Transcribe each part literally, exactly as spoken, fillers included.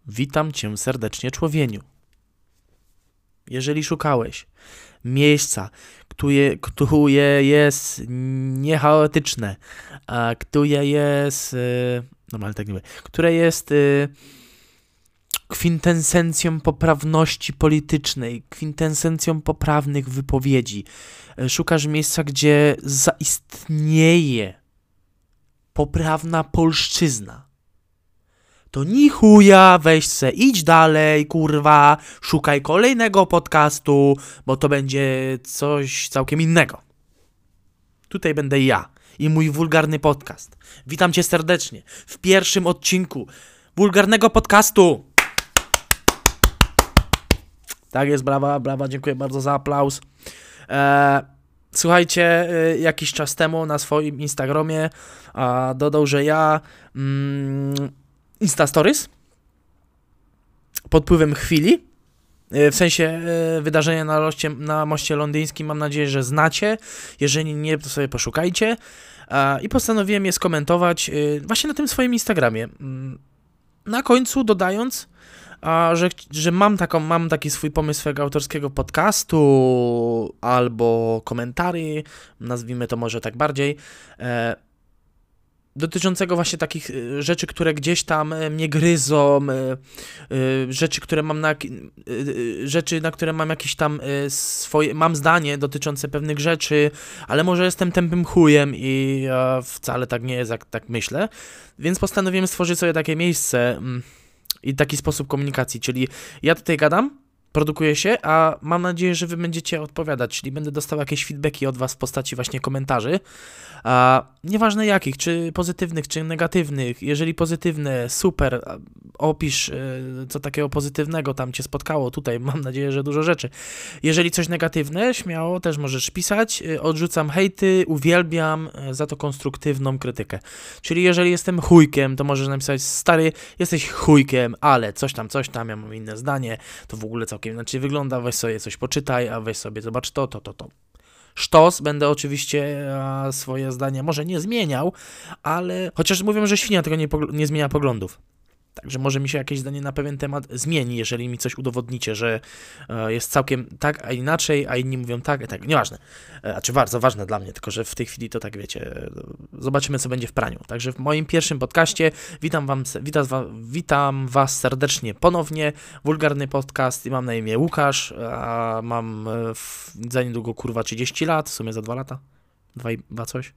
Witam cię serdecznie, człowieniu. Jeżeli szukałeś miejsca, które, które jest niechaotyczne, a które jest, no ale tak nie mówię, które jest kwintesencją poprawności politycznej, kwintesencją poprawnych wypowiedzi, szukasz miejsca, gdzie zaistnieje poprawna polszczyzna, to ni chuja, weź se, idź dalej, kurwa, szukaj kolejnego podcastu, bo to będzie coś całkiem innego. Tutaj będę ja i mój wulgarny podcast. Witam cię serdecznie w pierwszym odcinku wulgarnego podcastu. Tak jest, brawa, brawa, dziękuję bardzo za aplauz. Eee, słuchajcie, y, jakiś czas temu na swoim Instagramie a, dodał, że ja... Mm, Insta Stories pod wpływem chwili, w sensie wydarzenia na, loście, na moście londyńskim, mam nadzieję, że znacie, jeżeli nie, to sobie poszukajcie, i postanowiłem je skomentować właśnie na tym swoim Instagramie, na końcu dodając, że, że mam, taką, mam taki swój pomysł swojego autorskiego podcastu albo komentarzy, nazwijmy to może tak bardziej, dotyczącego właśnie takich rzeczy, które gdzieś tam mnie gryzą, rzeczy, które mam na, rzeczy, na które mam jakieś tam swoje, mam zdanie dotyczące pewnych rzeczy, ale może jestem tępym chujem i wcale tak nie jest, jak tak myślę, więc postanowiłem stworzyć sobie takie miejsce i taki sposób komunikacji, czyli ja tutaj gadam, produkuję się, a mam nadzieję, że wy będziecie odpowiadać, czyli będę dostał jakieś feedbacki od was w postaci właśnie komentarzy, a nieważne jakich, czy pozytywnych, czy negatywnych. Jeżeli pozytywne, super, opisz, co takiego pozytywnego tam cię spotkało tutaj, mam nadzieję, że dużo rzeczy. Jeżeli coś negatywne, śmiało też możesz pisać, odrzucam hejty, uwielbiam za to konstruktywną krytykę. Czyli jeżeli jestem chujkiem, to możesz napisać, stary, jesteś chujkiem, ale coś tam, coś tam, ja mam inne zdanie, to w ogóle całkiem inaczej wygląda, weź sobie coś poczytaj, a weź sobie zobacz to, to, to, to. Sztos, będę oczywiście a, swoje zdanie może nie zmieniał, ale chociaż mówią, że świnia tego nie, nie zmienia poglądów. Także może mi się jakieś zdanie na pewien temat zmieni, jeżeli mi coś udowodnicie, że e, jest całkiem tak, a inaczej, a inni mówią tak, tak, nieważne. E, a czy bardzo ważne dla mnie, tylko że w tej chwili to tak wiecie, zobaczymy, co będzie w praniu. Także w moim pierwszym podcaście witam, wam, witam, witam was serdecznie ponownie, wulgarny podcast i mam na imię Łukasz, a mam e, w, za niedługo kurwa trzydzieści lat, w sumie za dwa lata. Dwa, dwa coś,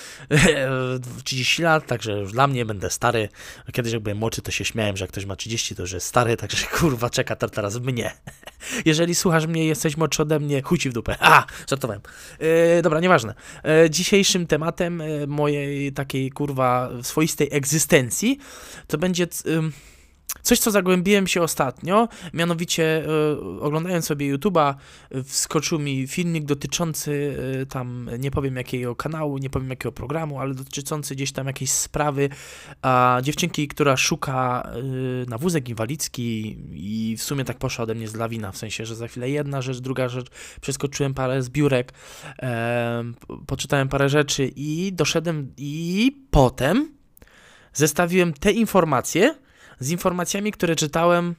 trzydzieści lat, także już dla mnie będę stary. Kiedyś jak byłem młodszy, to się śmiałem, że jak ktoś ma trzydzieści, to już jest stary, także kurwa czeka to teraz mnie. Jeżeli słuchasz mnie i jesteś młodszy ode mnie, chuj ci w dupę. A, żartowałem. Yy, dobra, nieważne. Yy, dzisiejszym tematem yy, mojej takiej kurwa swoistej egzystencji to będzie... Yy, Coś, co zagłębiłem się ostatnio, mianowicie y, oglądając sobie YouTube'a, y, wskoczył mi filmik dotyczący y, tam, nie powiem jakiego kanału, nie powiem jakiego programu, ale dotyczący gdzieś tam jakiejś sprawy a, dziewczynki, która szuka y, na wózek inwalidzki i w sumie tak poszła ode mnie z lawina, w sensie, że za chwilę jedna rzecz, druga rzecz, przeskoczyłem parę zbiórek, e, poczytałem parę rzeczy i doszedłem i potem zestawiłem te informacje z informacjami, które czytałem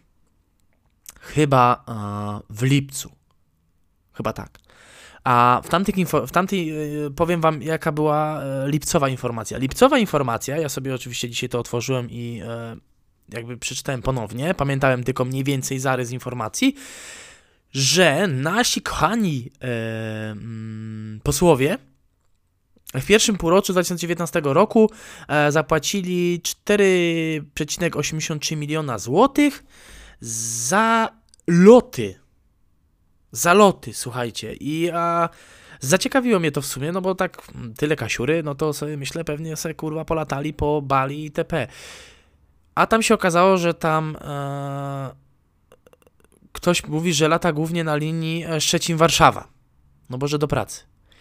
chyba e, w lipcu. Chyba tak. A w, tamtych info, w tamtej e, powiem wam, jaka była e, lipcowa informacja. Lipcowa informacja, ja sobie oczywiście dzisiaj to otworzyłem i e, jakby przeczytałem ponownie, pamiętałem tylko mniej więcej zarys informacji, że nasi kochani e, mm, posłowie w pierwszym półroczu dwa tysiące dziewiętnastego roku e, zapłacili cztery przecinek osiemdziesiąt trzy miliona złotych za loty. Za loty, słuchajcie. I a, zaciekawiło mnie to w sumie, no bo tak tyle kasiury, no to sobie myślę, pewnie sobie kurwa polatali po Bali itp. A tam się okazało, że tam e, ktoś mówi, że lata głównie na linii Szczecin-Warszawa. No bo że do pracy.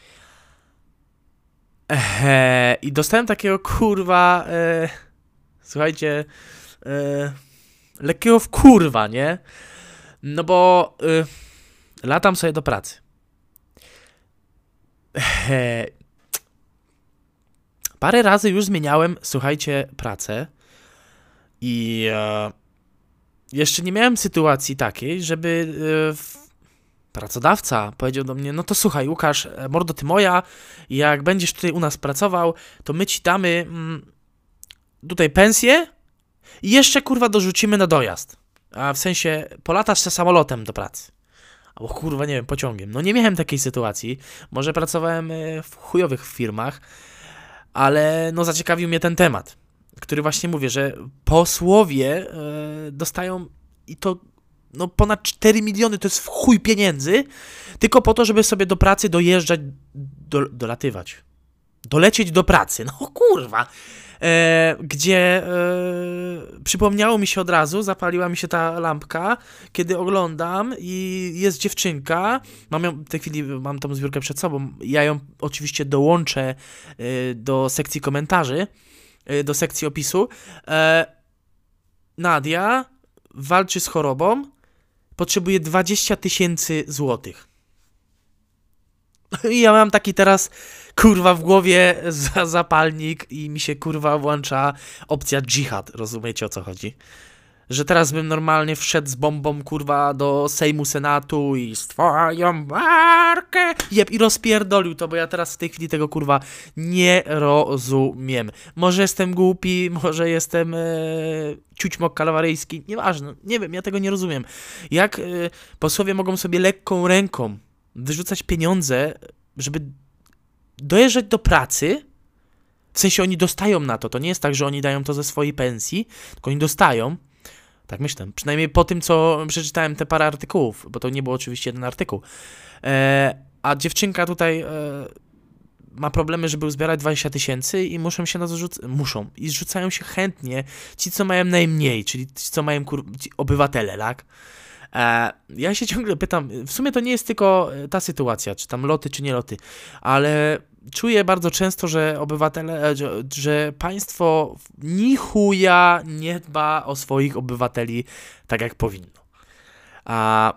Ehe, i dostałem takiego kurwa, e, słuchajcie, e, lekkiego wkurwa, nie? No bo e, latam sobie do pracy. Ehe, parę razy już zmieniałem, słuchajcie, pracę i e, jeszcze nie miałem sytuacji takiej, żeby yy, pracodawca powiedział do mnie, no to słuchaj, Łukasz, mordo ty moja, jak będziesz tutaj u nas pracował, to my ci damy mm, tutaj pensję i jeszcze, kurwa, dorzucimy na dojazd. A w sensie, polatasz się samolotem do pracy. Albo, kurwa, nie wiem, pociągiem. No nie miałem takiej sytuacji. Może pracowałem w chujowych firmach, ale no zaciekawił mnie ten temat, który właśnie mówię, że posłowie yy, dostają i to no ponad cztery miliony, to jest w chuj pieniędzy, tylko po to, żeby sobie do pracy dojeżdżać, do, dolatywać, dolecieć do pracy. No kurwa. E, gdzie e, przypomniało mi się od razu, zapaliła mi się ta lampka, kiedy oglądam i jest dziewczynka, mam ją, w tej chwili mam tą zbiórkę przed sobą, ja ją oczywiście dołączę e, do sekcji komentarzy, e, do sekcji opisu. E, Nadia walczy z chorobą, potrzebuje dwadzieścia tysięcy złotych. I ja mam taki teraz, kurwa, w głowie za zapalnik i mi się, kurwa, włącza opcja dżihad. Rozumiecie, o co chodzi? Że teraz bym normalnie wszedł z bombą, kurwa, do Sejmu, Senatu i z twoją markę jeb, i rozpierdolił to, bo ja teraz w tej chwili tego, kurwa, nie rozumiem. Może jestem głupi, może jestem e, ciućmok kalawaryjski, nieważne, nie wiem, ja tego nie rozumiem. Jak e, posłowie mogą sobie lekką ręką wyrzucać pieniądze, żeby dojeżdżać do pracy, w sensie oni dostają na to, to nie jest tak, że oni dają to ze swojej pensji, tylko oni dostają, tak myślę, przynajmniej po tym, co przeczytałem te parę artykułów, bo to nie był oczywiście jeden artykuł, e, a dziewczynka tutaj e, ma problemy, żeby uzbierać dwadzieścia tysięcy i muszą się na to rzucać, muszą, i zrzucają się chętnie ci, co mają najmniej, czyli ci, co mają kur... ci obywatele, tak? Ja się ciągle pytam, w sumie to nie jest tylko ta sytuacja, czy tam loty, czy nie loty, ale czuję bardzo często, że obywatele, że, że państwo ni chuja nie dba o swoich obywateli tak, jak powinno. A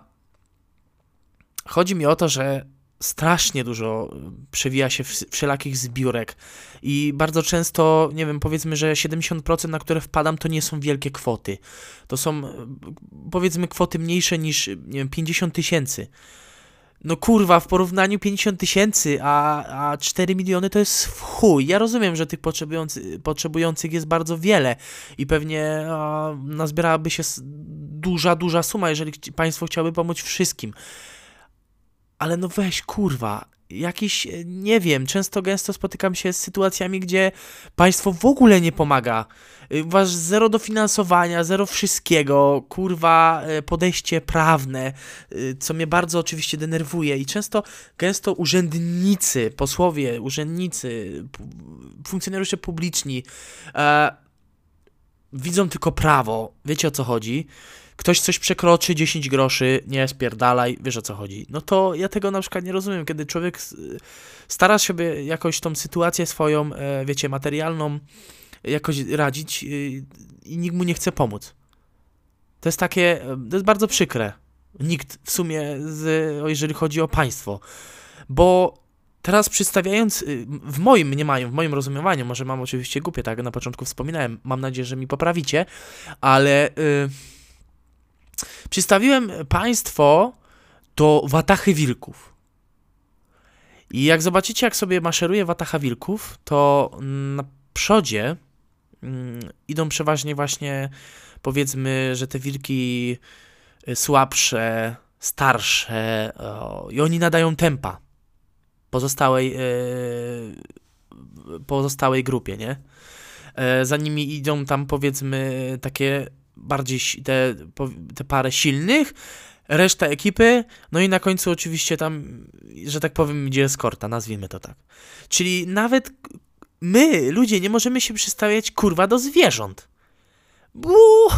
chodzi mi o to, że strasznie dużo przewija się wszelakich zbiórek i bardzo często, nie wiem, powiedzmy, że siedemdziesiąt procent, na które wpadam, to nie są wielkie kwoty. To są, powiedzmy, kwoty mniejsze niż, nie wiem, pięćdziesiąt tysięcy. No kurwa, w porównaniu pięćdziesiąt tysięcy, a, a cztery miliony to jest w chuj. Ja rozumiem, że tych potrzebujący, potrzebujących jest bardzo wiele i pewnie a, nazbierałaby się duża, duża suma, jeżeli państwo chciałoby pomóc wszystkim. Ale no weź, kurwa, jakiś, nie wiem, często gęsto spotykam się z sytuacjami, gdzie państwo w ogóle nie pomaga. Wasz zero dofinansowania, zero wszystkiego, kurwa, podejście prawne, co mnie bardzo oczywiście denerwuje i często, gęsto urzędnicy, posłowie, urzędnicy, funkcjonariusze publiczni e, widzą tylko prawo, wiecie, o co chodzi. Ktoś coś przekroczy, dziesięć groszy, nie spierdalaj, wiesz, o co chodzi. No to ja tego na przykład nie rozumiem, kiedy człowiek stara się sobie jakoś tą sytuację swoją, wiecie, materialną jakoś radzić i nikt mu nie chce pomóc. To jest takie, to jest bardzo przykre. Nikt w sumie, z, jeżeli chodzi o państwo. Bo teraz przedstawiając, w moim mniemaniu, w moim rozumiewaniu, może mam oczywiście głupie, tak, na początku wspominałem, mam nadzieję, że mi poprawicie, ale... Yy, Przedstawiłem państwo do watachy wilków. I jak zobaczycie, jak sobie maszeruje watacha wilków, to na przodzie mm, idą przeważnie właśnie, powiedzmy, że te wilki słabsze, starsze o, i oni nadają tempa pozostałej, e, pozostałej grupie, nie? E, za nimi idą tam, powiedzmy, takie bardziej te, te parę silnych, reszta ekipy, no i na końcu oczywiście tam, że tak powiem, idzie eskorta, nazwijmy to tak. Czyli nawet my, ludzie, nie możemy się przystawiać, kurwa, do zwierząt. Bo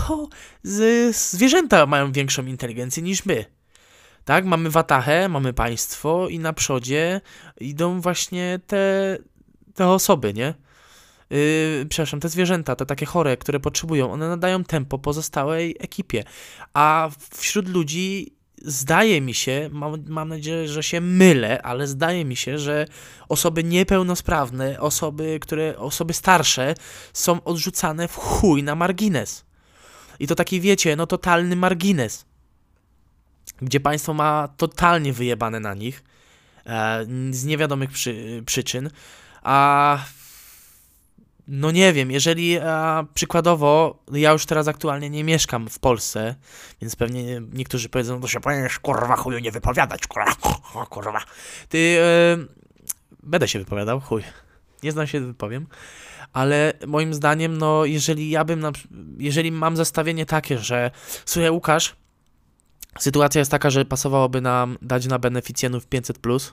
z, zwierzęta mają większą inteligencję niż my. Tak, mamy watachę, mamy państwo i na przodzie idą właśnie te, te osoby, nie? Yy, przepraszam, te zwierzęta, te takie chore, które potrzebują, one nadają tempo pozostałej ekipie, a wśród ludzi zdaje mi się, mam, mam nadzieję, że się mylę, ale zdaje mi się, że osoby niepełnosprawne, osoby, które, osoby starsze są odrzucane w chuj na margines. I to taki, wiecie, no totalny margines, gdzie państwo ma totalnie wyjebane na nich e, z niewiadomych przy, przyczyn, a no nie wiem, jeżeli e, przykładowo, ja już teraz aktualnie nie mieszkam w Polsce, więc pewnie niektórzy powiedzą, no to się powinieneś, kurwa, chuju, nie wypowiadać, kurwa, kurwa. Ty, e, będę się wypowiadał, chuj, nie znam się, wypowiem, ale moim zdaniem, no jeżeli ja bym, na, jeżeli mam zestawienie takie, że słuchaj, Łukasz, sytuacja jest taka, że pasowałoby nam dać na beneficjentów pięćset plus.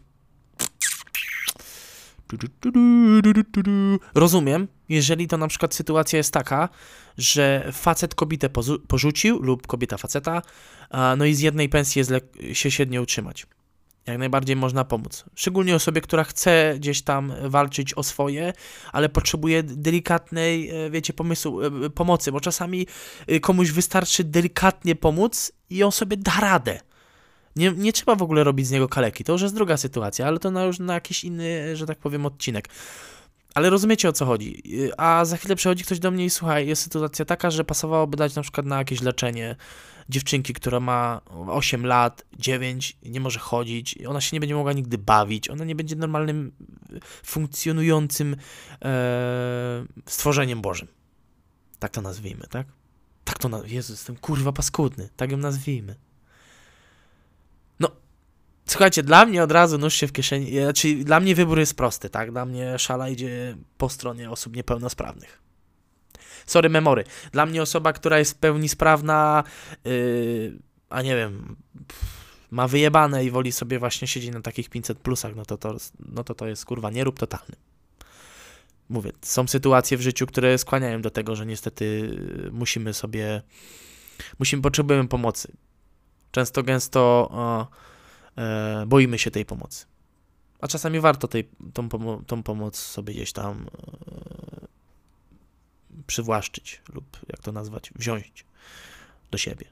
Rozumiem, jeżeli to na przykład sytuacja jest taka, że facet kobietę porzucił lub kobieta faceta, no i z jednej pensji jest się średnio utrzymać. Jak najbardziej można pomóc. Szczególnie osobie, która chce gdzieś tam walczyć o swoje, ale potrzebuje delikatnej, wiecie, pomysłu, pomocy, bo czasami komuś wystarczy delikatnie pomóc i on sobie da radę. Nie, nie trzeba w ogóle robić z niego kaleki, to już jest druga sytuacja, ale to na, już na jakiś inny, że tak powiem, odcinek. Ale rozumiecie, o co chodzi. A za chwilę przychodzi ktoś do mnie i słuchaj, jest sytuacja taka, że pasowałoby dać na przykład na jakieś leczenie dziewczynki, która ma osiem lat, dziewięć, nie może chodzić, ona się nie będzie mogła nigdy bawić, ona nie będzie normalnym, funkcjonującym e, stworzeniem Bożym. Tak to nazwijmy, tak? Tak to nazwijmy. Jezu, jestem kurwa paskudny. Tak ją nazwijmy. No, słuchajcie, dla mnie od razu nóż się w kieszeni, znaczy dla mnie wybór jest prosty, tak? Dla mnie szala idzie po stronie osób niepełnosprawnych. Sorry, memory. Dla mnie osoba, która jest w pełni sprawna, yy, a nie wiem, ma wyjebane i woli sobie właśnie siedzieć na takich pięćset plusach, no to to, no to to jest kurwa nierób totalny. Mówię, są sytuacje w życiu, które skłaniają do tego, że niestety musimy sobie, musimy, potrzebujemy pomocy. Często, gęsto o, e, boimy się tej pomocy. A czasami warto tej, tą, pomo- tą pomoc sobie gdzieś tam e, przywłaszczyć lub, jak to nazwać, wziąć do siebie.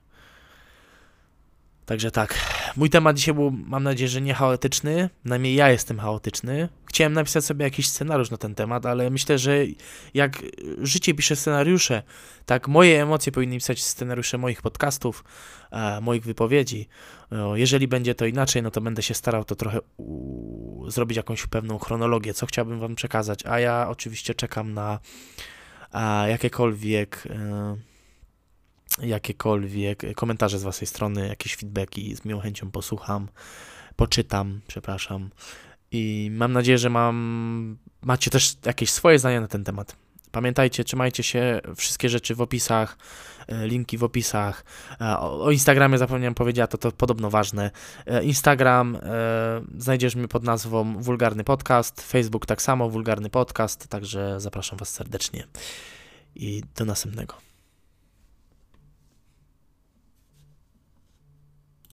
Także tak, mój temat dzisiaj był, mam nadzieję, że nie chaotyczny, najmniej ja jestem chaotyczny. Chciałem napisać sobie jakiś scenariusz na ten temat, ale myślę, że jak życie pisze scenariusze, tak moje emocje powinny pisać scenariusze moich podcastów, e, moich wypowiedzi. E, jeżeli będzie to inaczej, no to będę się starał to trochę u... zrobić jakąś pewną chronologię, co chciałbym wam przekazać, a ja oczywiście czekam na a, jakiekolwiek... E, jakiekolwiek komentarze z waszej strony, jakieś feedbacki, z miłą chęcią posłucham, poczytam, przepraszam i mam nadzieję, że mam, macie też jakieś swoje zdania na ten temat. Pamiętajcie, trzymajcie się, wszystkie rzeczy w opisach, linki w opisach. O, o Instagramie zapomniałem powiedzieć, a to, to podobno ważne. Instagram, e, znajdziesz mnie pod nazwą Wulgarny Podcast, Facebook tak samo, Wulgarny Podcast, także zapraszam was serdecznie i do następnego.